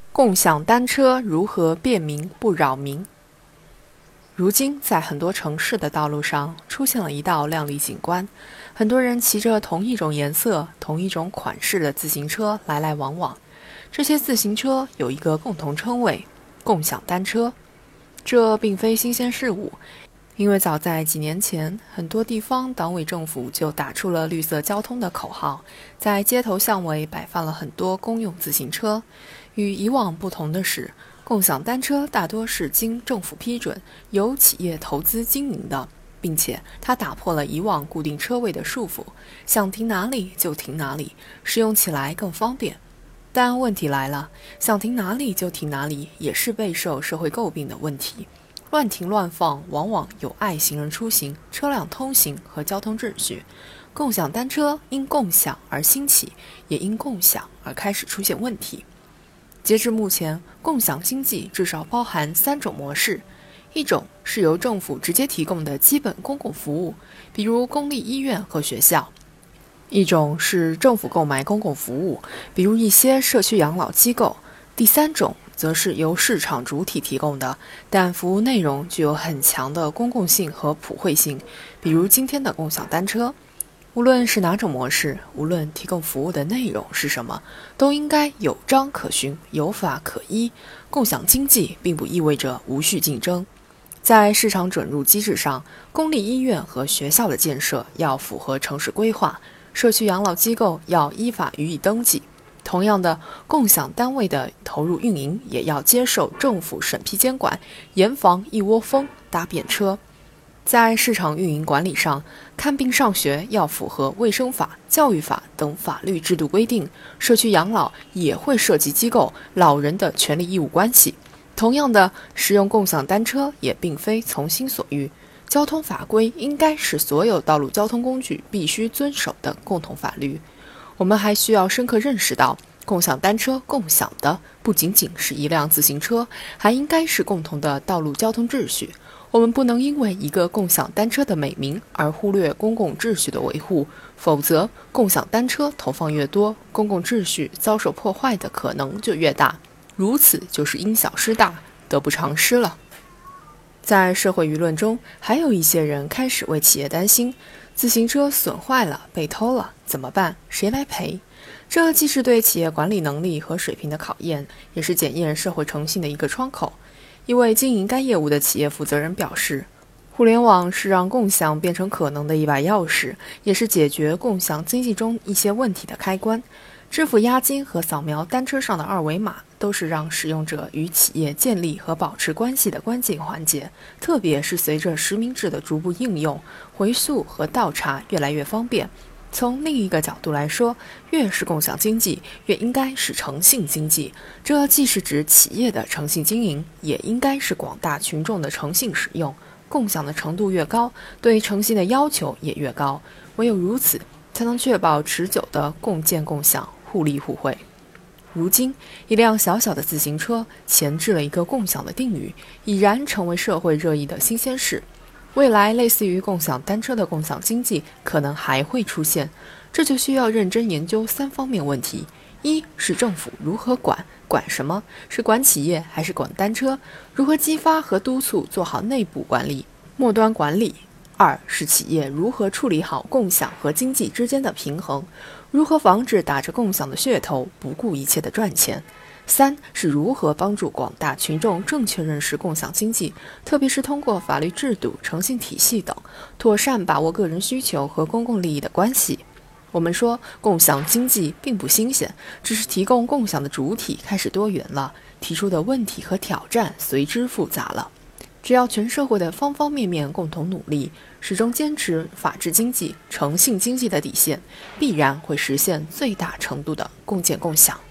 共享单车如何便民不扰民？如今，在很多城市的道路上出现了一道亮丽景观，很多人骑着同一种颜色、同一种款式的自行车来来往往。这些自行车有一个共同称谓——共享单车。这并非新鲜事物，因为早在几年前，很多地方党委政府就打出了绿色交通的口号，在街头巷尾摆放了很多公用自行车。与以往不同的是，共享单车大多是经政府批准，由企业投资经营的，并且它打破了以往固定车位的束缚，想停哪里就停哪里，使用起来更方便。但问题来了，想停哪里就停哪里也是备受社会诟病的问题。乱停乱放往往有碍行人出行、车辆通行和交通秩序。共享单车因共享而兴起，也因共享而开始出现问题。截至目前，共享经济至少包含3种模式。一种是由政府直接提供的基本公共服务，比如公立医院和学校；一种是政府购买公共服务，比如一些社区养老机构；第3种则是由市场主体提供的，但服务内容具有很强的公共性和普惠性，比如今天的共享单车。无论是哪种模式，无论提供服务的内容是什么，都应该有章可循，有法可依。共享经济并不意味着无序竞争。在市场准入机制上，公立医院和学校的建设要符合城市规划，社区养老机构要依法予以登记。同样的，共享单位的投入运营也要接受政府审批监管，严防一窝蜂搭便车。在市场运营管理上，看病上学要符合卫生法、教育法等法律制度规定，社区养老也会涉及机构老人的权利义务关系。同样的，使用共享单车也并非从心所欲，交通法规应该是所有道路交通工具必须遵守的共同法律。我们还需要深刻认识到，共享单车共享的不仅仅是一辆自行车，还应该是共同的道路交通秩序。我们不能因为一个共享单车的美名而忽略公共秩序的维护，否则共享单车投放越多，公共秩序遭受破坏的可能就越大，如此就是因小失大，得不偿失了。在社会舆论中，还有一些人开始为企业担心，自行车损坏了、被偷了怎么办？谁来赔？这既是对企业管理能力和水平的考验，也是检验社会诚信的一个窗口。一位经营该业务的企业负责人表示，互联网是让共享变成可能的一把钥匙，也是解决共享经济中一些问题的开关。支付押金和扫描单车上的2维码都是让使用者与企业建立和保持关系的关键环节，特别是随着实名制的逐步应用，回溯和倒查越来越方便。从另一个角度来说，越是共享经济，越应该是诚信经济。这既是指企业的诚信经营，也应该是广大群众的诚信使用。共享的程度越高，对诚信的要求也越高。唯有如此，才能确保持久的共建共享、互利互惠。如今，一辆小小的自行车前置了一个共享的定语，已然成为社会热议的新鲜事。未来类似于共享单车的共享经济可能还会出现，这就需要认真研究3方面问题：一是政府如何管什么？是管企业还是管单车？如何激发和督促做好内部管理、末端管理？2是企业如何处理好共享和经济之间的平衡？如何防止打着共享的噱头不顾一切的赚钱？3是如何帮助广大群众正确认识共享经济，特别是通过法律制度、诚信体系等，妥善把握个人需求和公共利益的关系。我们说共享经济并不新鲜，只是提供共享的主体开始多元了，提出的问题和挑战随之复杂了。只要全社会的方方面面共同努力，始终坚持法治经济、诚信经济的底线，必然会实现最大程度的共建共享。